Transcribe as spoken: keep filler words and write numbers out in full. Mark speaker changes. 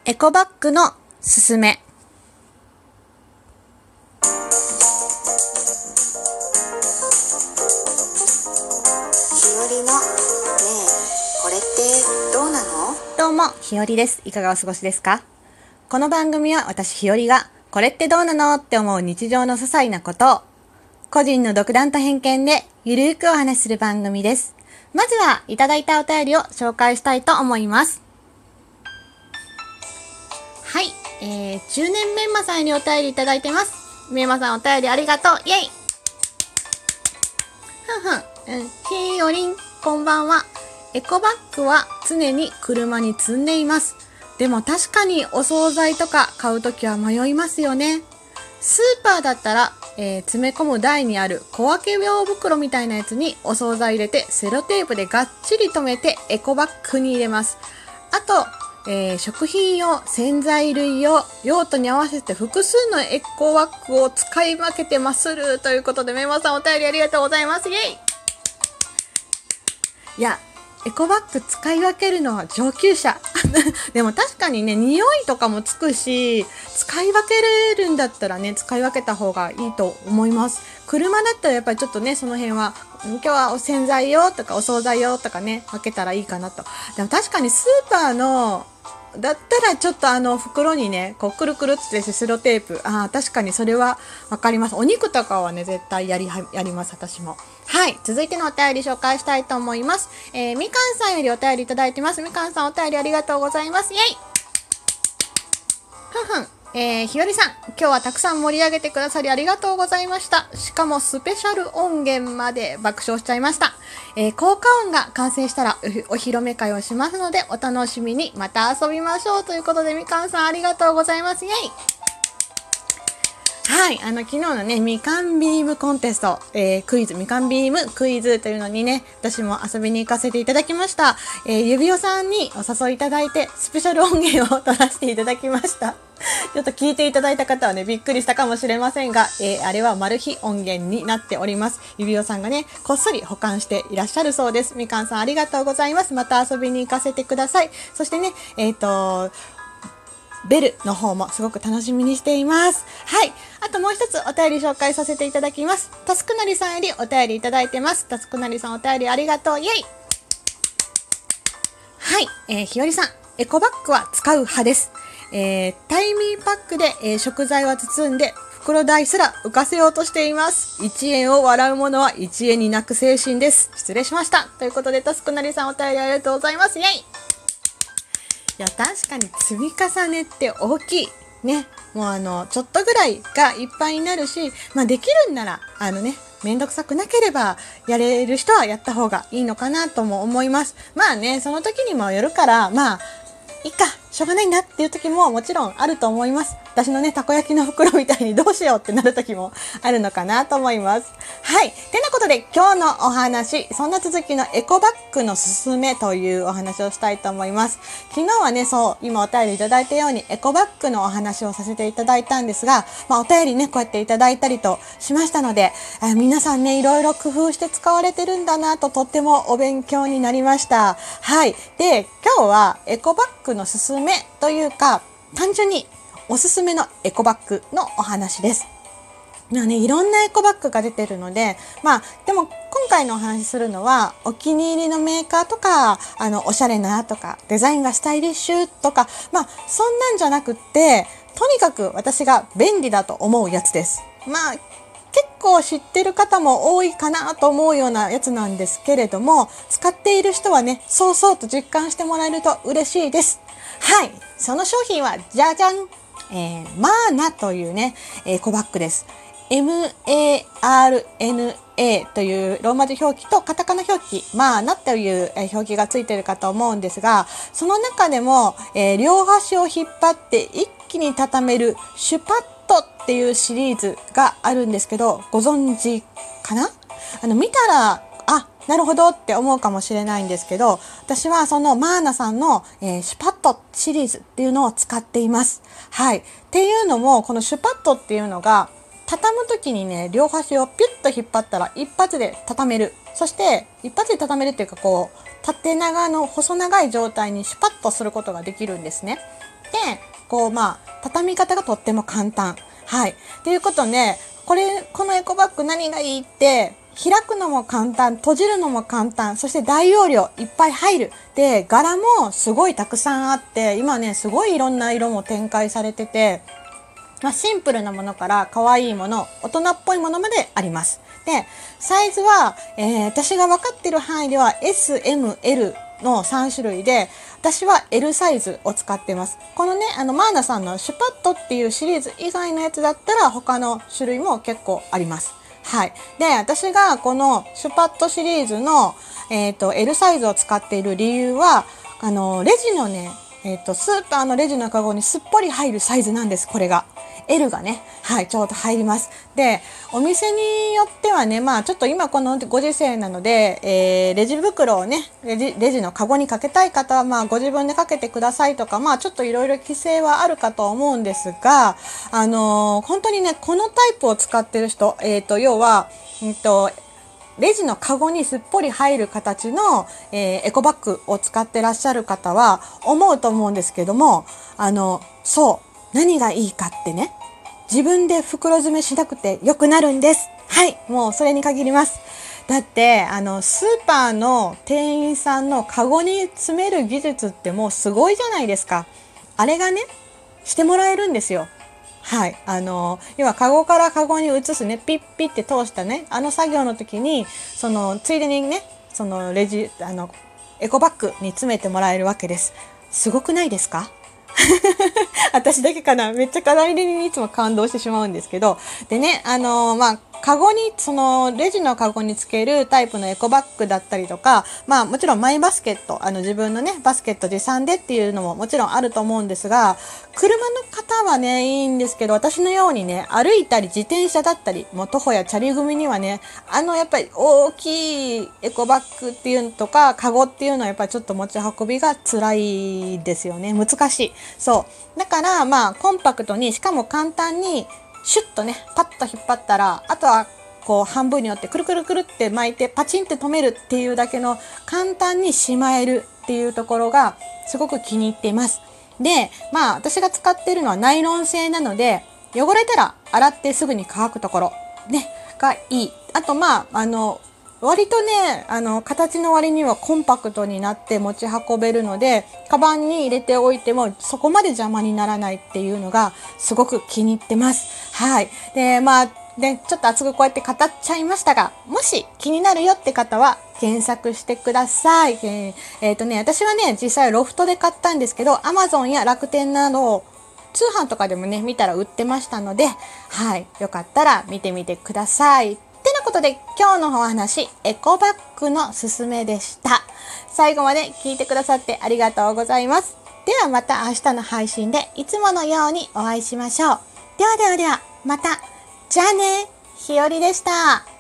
Speaker 1: エコバッグのすすめ。
Speaker 2: ひよりのねえこれってどうなの？
Speaker 1: どうも、ひよりです。いかがお過ごしですか？この番組は私ひよりがこれってどうなのって思う日常の些細なことを個人の独断と偏見でゆるーくお話しする番組です。まずはいただいたお便りを紹介したいと思います。はい、えー、中年メンマさんよりお便りいただいてます。メンマさんお便りありがとう。イェイ。ふんふん、うん、ひよりん、こんばんは。エコバッグは常に車に積んでいます。でも確かにお惣菜とか買うときは迷いますよね。スーパーだったら、えー、詰め込む台にある小分け用袋みたいなやつにお惣菜入れてセロテープでがっちり留めてエコバッグに入れます。あと、えー、食品用、洗剤類用、用途に合わせて複数のエコバッグを使い分けてまするということで、メンマさんお便りありがとうございます。イェイ。いや、エコバッグ使い分けるのは上級者でも確かにね、匂いとかもつくし、使い分けれるんだったらね、使い分けた方がいいと思います。車だったらやっぱりちょっとね、その辺は今日はお洗剤用とかお惣菜用とかね、分けたらいいかなと。でも確かにスーパーのだったらちょっとあの袋にね、こうくるくるってセロテープ、ああ確かにそれはわかります。お肉とかはね絶対やりやります私も。はい、続いてのお便り紹介したいと思います。えー、みかんさんよりお便りいただいてます。みかんさんお便りありがとうございます。イェイ。ふんふん。えー、ひよりさん、今日はたくさん盛り上げてくださりありがとうございました。しかもスペシャル音源まで爆笑しちゃいました。えー、効果音が完成したらお披露目会をしますのでお楽しみに。また遊びましょうということで、みかんさんありがとうございます。イェイ。はい、あの昨日のねみかんビームコンテスト、えー、クイズみかんビームクイズというのにね、私も遊びに行かせていただきました。えー、指輪さんにお誘いいただいてスペシャル音源を取らせていただきましたちょっと聞いていただいた方はねびっくりしたかもしれませんが、えー、あれはマル秘音源になっております。指輪さんがねこっそり保管していらっしゃるそうです。みかんさんありがとうございます。また遊びに行かせてください。そしてねえっとベルの方もすごく楽しみにしています。はい。あともう一つお便り紹介させていただきます。タスクなりさんよりお便りいただいてます。タスクなりさんお便りありがとう。イェイ。はい。えー、ひよりさん、エコバッグは使う派です。えー、タイミーパックで、えー、食材は包んで袋代すら浮かせようとしています。いちえんを笑うものはいちえんに泣く精神です。失礼しました。ということで、タスクなりさんお便りありがとうございます。イェイ。いや確かに積み重ねって大きいね。もうあのちょっとぐらいがいっぱいになるし、まあ、できるんならあのねめんどくさくなければやれる人はやった方がいいのかなとも思います。まあねその時にもよるからまあいいかしょうがないんだっていう時ももちろんあると思います。私のねたこ焼きの袋みたいにどうしようってなる時もあるのかなと思います。はい。てなことで今日のお話、そんな続きのエコバッグのすすめというお話をしたいと思います。昨日はねそう今お便りいただいたようにエコバッグのお話をさせていただいたんですが、まあ、お便りねこうやっていただいたりとしましたので、え皆さんねいろいろ工夫して使われてるんだなととってもお勉強になりました。はい。で今日はエコバッグのすすめというか単純におすすめのエコバッグのお話です。まあね、いろんなエコバッグが出てるので、まあでも今回のお話しするのはお気に入りのメーカーとかあのおしゃれなとかデザインがスタイリッシュとか、まあそんなんじゃなくってとにかく私が便利だと思うやつです。まあ結構知ってる方も多いかなと思うようなやつなんですけれども、使っている人はねそうそうと実感してもらえると嬉しいです。はい、その商品はじゃじゃん、えー、マーナというねエコバッグです。マーナ というローマ字表記とカタカナ表記マーナという表記がついているかと思うんですが、その中でも、えー、両端を引っ張って一気に畳めるシュパットっていうシリーズがあるんですけど、ご存知かな？あの見たらあなるほどって思うかもしれないんですけど、私はそのマーナさんの、えー、シュパットシリーズっていうのを使っています。はい。っていうのもこのシュパットっていうのが畳む時にね両端をピュッと引っ張ったら一発で畳める。そして一発で畳めるっていうかこう縦長の細長い状態にシュパッとすることができるんですね。で、こうまあ畳み方がとっても簡単。はい。ということで、これこのエコバッグ何がいいって、開くのも簡単、閉じるのも簡単、そして大容量いっぱい入る。で、柄もすごいたくさんあって、今ねすごいいろんな色も展開されてて、まあ、シンプルなものから可愛いもの、大人っぽいものまであります。で、サイズは、えー、私が分かってる範囲では エス、エム、エル のさん種類で、私は エル サイズを使ってます。このね、あの、マーナさんのシュパットっていうシリーズ以外のやつだったら、他の種類も結構あります。はい。で、私がこのシュパットシリーズの、えっと、エル サイズを使っている理由は、あの、レジのね、えっと、スーパーのレジのカゴにすっぽり入るサイズなんです、これが。エル がね、はい、ちょうど入ります。で、お店によってはね、まあちょっと今このご時世なので、えー、レジ袋をね、レジ、レジのカゴにかけたい方は、まあご自分でかけてくださいとか、まあちょっといろいろ規制はあるかと思うんですが、あのー、本当にね、このタイプを使ってる人、えっと、要は、うんと、レジのカゴにすっぽり入る形の、えー、エコバッグを使ってらっしゃる方は思うと思うんですけども、あの、そう、何がいいかってね、自分で袋詰めしなくてよくなるんです。はい、もうそれに限ります。だって、あの、スーパーの店員さんのカゴに詰める技術ってもうすごいじゃないですか。あれがね、してもらえるんですよ。はい。あの、要はカゴからカゴに移すね、ピッピッって通したね、あの作業の時に、その、ついでにね、そのレジ、あの、エコバッグに詰めてもらえるわけです。すごくないですか？私だけかな、めっちゃカラリにいつも感動してしまうんですけど、でね、あのー、まあ、カゴに、その、レジのカゴにつけるタイプのエコバッグだったりとか、まあ、もちろんマイバスケット、あの、自分のね、バスケット持参でっていうのももちろんあると思うんですが、車の方はね、いいんですけど、私のようにね、歩いたり自転車だったり、もう徒歩やチャリ組にはね、あの、やっぱり大きいエコバッグっていうのとか、カゴっていうのはやっぱりちょっと持ち運びが辛いですよね。難しい。そう。だから、まあ、コンパクトに、しかも簡単に、シュッとね、パッと引っ張ったら、あとは、こう、半分に折って、くるくるくるって巻いて、パチンって止めるっていうだけの、簡単にしまえるっていうところが、すごく気に入っています。で、まあ、私が使っているのはナイロン製なので、汚れたら洗ってすぐに乾くところ、ね、がいい。あと、まあ、あの、割とね、あの、形の割にはコンパクトになって持ち運べるので、カバンに入れておいてもそこまで邪魔にならないっていうのがすごく気に入ってます。はい。で、まあ、で、ちょっと熱くこうやって語っちゃいましたが、もし気になるよって方は検索してください。えー、えーとね、私はね、実際ロフトで買ったんですけど、Amazon や楽天など、通販とかでもね、見たら売ってましたので、はい。よかったら見てみてください。ってなことで今日のお話、エコバッグのすすめでした。最後まで聞いてくださってありがとうございます。ではまた明日の配信でいつものようにお会いしましょう。ではではでは、また。じゃあね、ひよりでした。